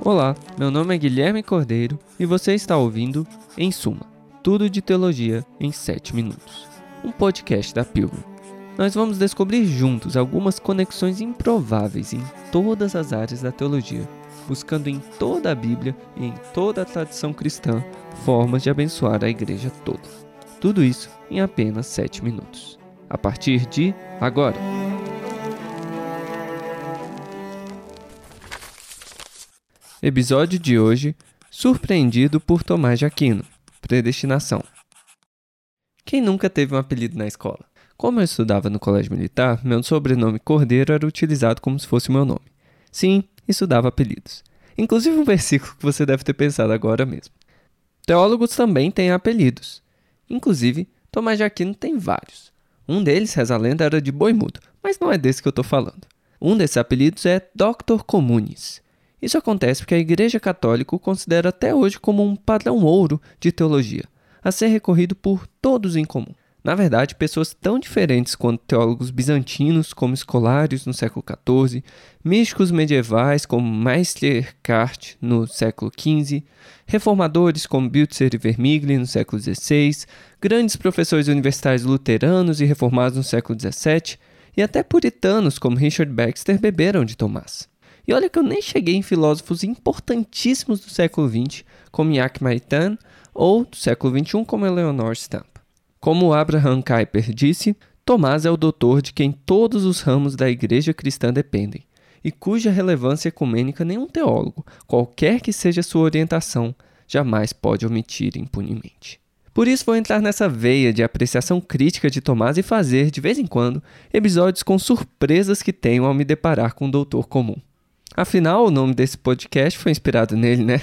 Olá, meu nome é Guilherme Cordeiro e você está ouvindo Em Suma, tudo de teologia em 7 minutos, um podcast da Pilgrim. Nós vamos descobrir juntos algumas conexões improváveis em todas as áreas da teologia, buscando em toda a Bíblia e em toda a tradição cristã formas de abençoar a igreja toda. Tudo isso em apenas 7 minutos. A partir de agora. Episódio de hoje, surpreendido por Tomás de Aquino, predestinação. Quem nunca teve um apelido na escola? Como eu estudava no colégio militar, meu sobrenome Cordeiro era utilizado como se fosse o meu nome. Sim, isso dava apelidos. Inclusive um versículo que você deve ter pensado agora mesmo. Teólogos também têm apelidos. Inclusive, Tomás de Aquino tem vários. Um deles, reza a lenda, era de boi mudo, mas não é desse que eu estou falando. Um desses apelidos é Dr. Communis. Isso acontece porque a Igreja Católica o considera até hoje como um padrão ouro de teologia, a ser recorrido por todos em comum. Na verdade, pessoas tão diferentes quanto teólogos bizantinos como Escolários no século XIV, místicos medievais como Meister Eckhart no século XV, reformadores como Bützer e Vermigli no século XVI, grandes professores universitários luteranos e reformados no século XVII, e até puritanos como Richard Baxter beberam de Tomás. E olha que eu nem cheguei em filósofos importantíssimos do século XX, como Jacques Maritain, ou do século XXI, como Eleanor Stamp. Como Abraham Kuyper disse, Tomás é o doutor de quem todos os ramos da igreja cristã dependem, e cuja relevância ecumênica nenhum teólogo, qualquer que seja sua orientação, jamais pode omitir impunemente. Por isso vou entrar nessa veia de apreciação crítica de Tomás e fazer, de vez em quando, episódios com surpresas que tenho ao me deparar com um doutor comum. Afinal, o nome desse podcast foi inspirado nele, né?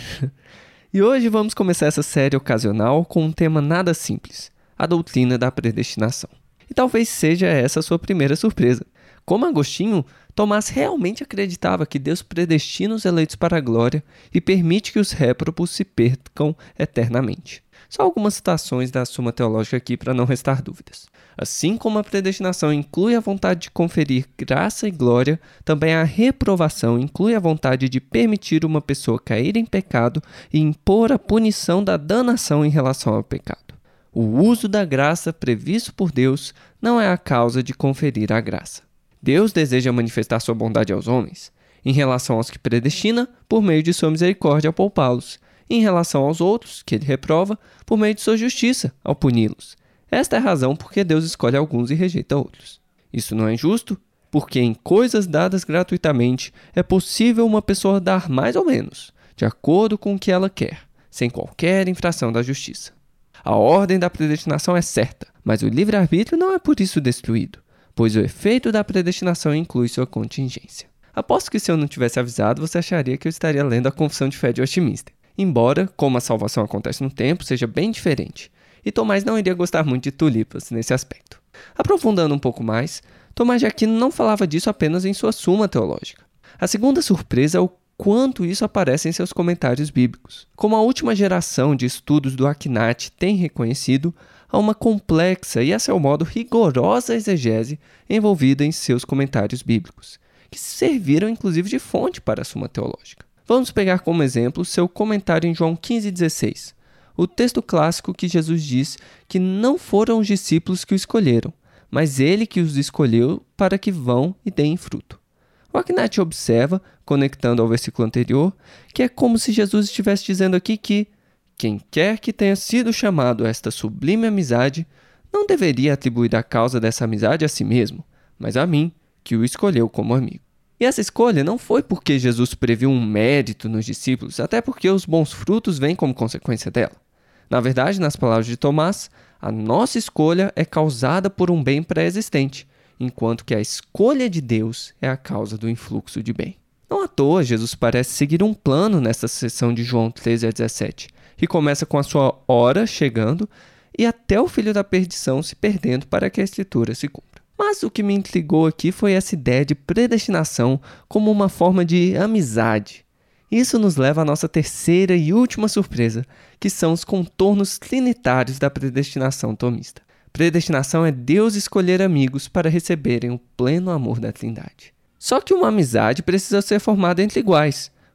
E hoje vamos começar essa série ocasional com um tema nada simples, a doutrina da predestinação. E talvez seja essa a sua primeira surpresa. Como Agostinho, Tomás realmente acreditava que Deus predestina os eleitos para a glória e permite que os réprobos se percam eternamente. Só algumas citações da Suma Teológica aqui para não restar dúvidas. Assim como a predestinação inclui a vontade de conferir graça e glória, também a reprovação inclui a vontade de permitir uma pessoa cair em pecado e impor a punição da danação em relação ao pecado. O uso da graça previsto por Deus não é a causa de conferir a graça. Deus deseja manifestar sua bondade aos homens, em relação aos que predestina, por meio de sua misericórdia ao poupá-los, e em relação aos outros, que ele reprova, por meio de sua justiça, ao puni-los. Esta é a razão por que Deus escolhe alguns e rejeita outros. Isso não é injusto, porque em coisas dadas gratuitamente é possível uma pessoa dar mais ou menos, de acordo com o que ela quer, sem qualquer infração da justiça. A ordem da predestinação é certa, mas o livre-arbítrio não é por isso destruído, pois o efeito da predestinação inclui sua contingência. Aposto que se eu não tivesse avisado, você acharia que eu estaria lendo a Confissão de Fé de Westminster. Embora, como a salvação acontece no tempo, seja bem diferente. E Tomás não iria gostar muito de tulipas nesse aspecto. Aprofundando um pouco mais, Tomás de Aquino não falava disso apenas em sua Suma Teológica. A segunda surpresa é o quanto isso aparece em seus comentários bíblicos. Como a última geração de estudos do Akinat tem reconhecido, há uma complexa e, a seu modo, rigorosa exegese envolvida em seus comentários bíblicos, que serviram inclusive de fonte para a Suma Teológica. Vamos pegar como exemplo seu comentário em João 15,16, o texto clássico que Jesus diz que não foram os discípulos que o escolheram, mas ele que os escolheu para que vão e deem fruto. O Akinat observa, conectando ao versículo anterior, que é como se Jesus estivesse dizendo aqui que quem quer que tenha sido chamado a esta sublime amizade não deveria atribuir a causa dessa amizade a si mesmo, mas a mim, que o escolheu como amigo. E essa escolha não foi porque Jesus previu um mérito nos discípulos, até porque os bons frutos vêm como consequência dela. Na verdade, nas palavras de Tomás, a nossa escolha é causada por um bem pré-existente, enquanto que a escolha de Deus é a causa do influxo de bem. Não à toa, Jesus parece seguir um plano nesta seção de João 13 a 17, que começa com a sua hora chegando e até o filho da perdição se perdendo para que a escritura se cumpra. Mas o que me intrigou aqui foi essa ideia de predestinação como uma forma de amizade. Isso nos leva à nossa terceira e última surpresa, que são os contornos trinitários da predestinação tomista. Predestinação é Deus escolher amigos para receberem o pleno amor da Trindade. Só que uma amizade precisa ser formada entre iguais,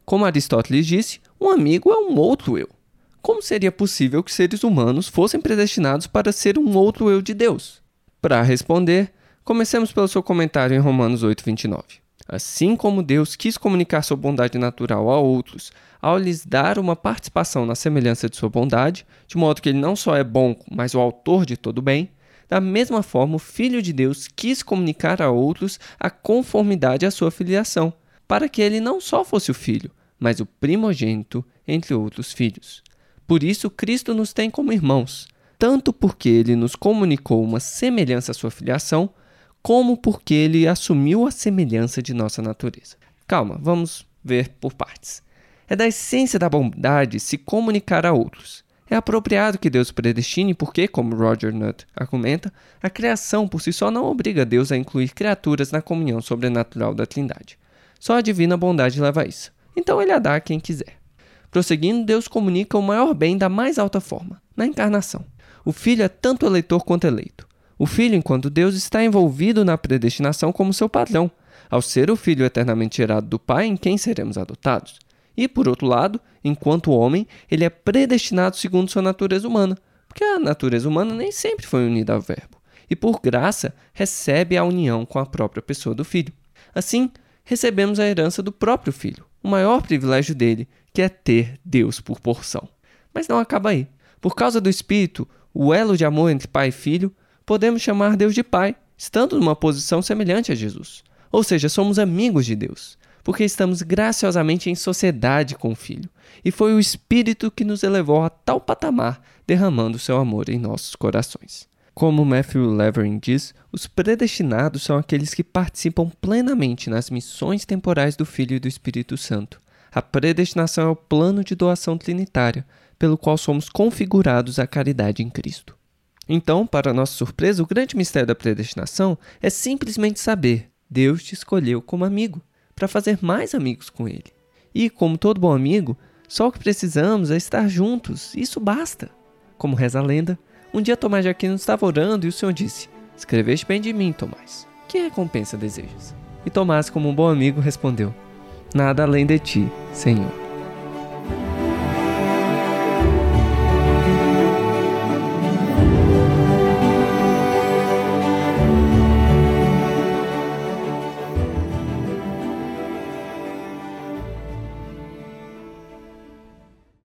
Como Aristóteles disse, um amigo é um outro eu. Como seria possível que seres humanos fossem predestinados para ser um outro eu de Deus? Para responder, comecemos pelo seu comentário em Romanos 8:29. Assim como Deus quis comunicar sua bondade natural a outros, ao lhes dar uma participação na semelhança de sua bondade, de modo que ele não só é bom, mas o autor de todo bem, da mesma forma o Filho de Deus quis comunicar a outros a conformidade à sua filiação, para que ele não só fosse o Filho, mas o primogênito entre outros filhos. Por isso, Cristo nos tem como irmãos, tanto porque ele nos comunicou uma semelhança à sua filiação, como porque ele assumiu a semelhança de nossa natureza. Calma, vamos ver por partes. É da essência da bondade se comunicar a outros. É apropriado que Deus predestine porque, como Roger Nutt argumenta, a criação por si só não obriga Deus a incluir criaturas na comunhão sobrenatural da Trindade. Só a divina bondade leva a isso. Então ele a dá a quem quiser. Prosseguindo, Deus comunica o maior bem da mais alta forma, na encarnação. O Filho é tanto eleitor quanto eleito. O Filho, enquanto Deus, está envolvido na predestinação como seu padrão, ao ser o Filho eternamente gerado do Pai em quem seremos adotados. E, por outro lado, enquanto homem, ele é predestinado segundo sua natureza humana, porque a natureza humana nem sempre foi unida ao Verbo, e por graça recebe a união com a própria pessoa do Filho. Assim, recebemos a herança do próprio Filho, o maior privilégio dele, que é ter Deus por porção. Mas não acaba aí. Por causa do Espírito, o elo de amor entre pai e filho, podemos chamar Deus de Pai, estando numa posição semelhante a Jesus. Ou seja, somos amigos de Deus, porque estamos graciosamente em sociedade com o Filho. E foi o Espírito que nos elevou a tal patamar, derramando seu amor em nossos corações. Como Matthew Levering diz, os predestinados são aqueles que participam plenamente nas missões temporais do Filho e do Espírito Santo. A predestinação é o plano de doação trinitária, pelo qual somos configurados à caridade em Cristo. Então, para nossa surpresa, o grande mistério da predestinação é simplesmente saber: Deus te escolheu como amigo, para fazer mais amigos com Ele. E, como todo bom amigo, só o que precisamos é estar juntos, isso basta. Como reza a lenda, um dia Tomás de Aquino estava orando e o Senhor disse: escreveste bem de mim, Tomás. Que recompensa desejas? E Tomás, como um bom amigo, respondeu: nada além de ti, Senhor.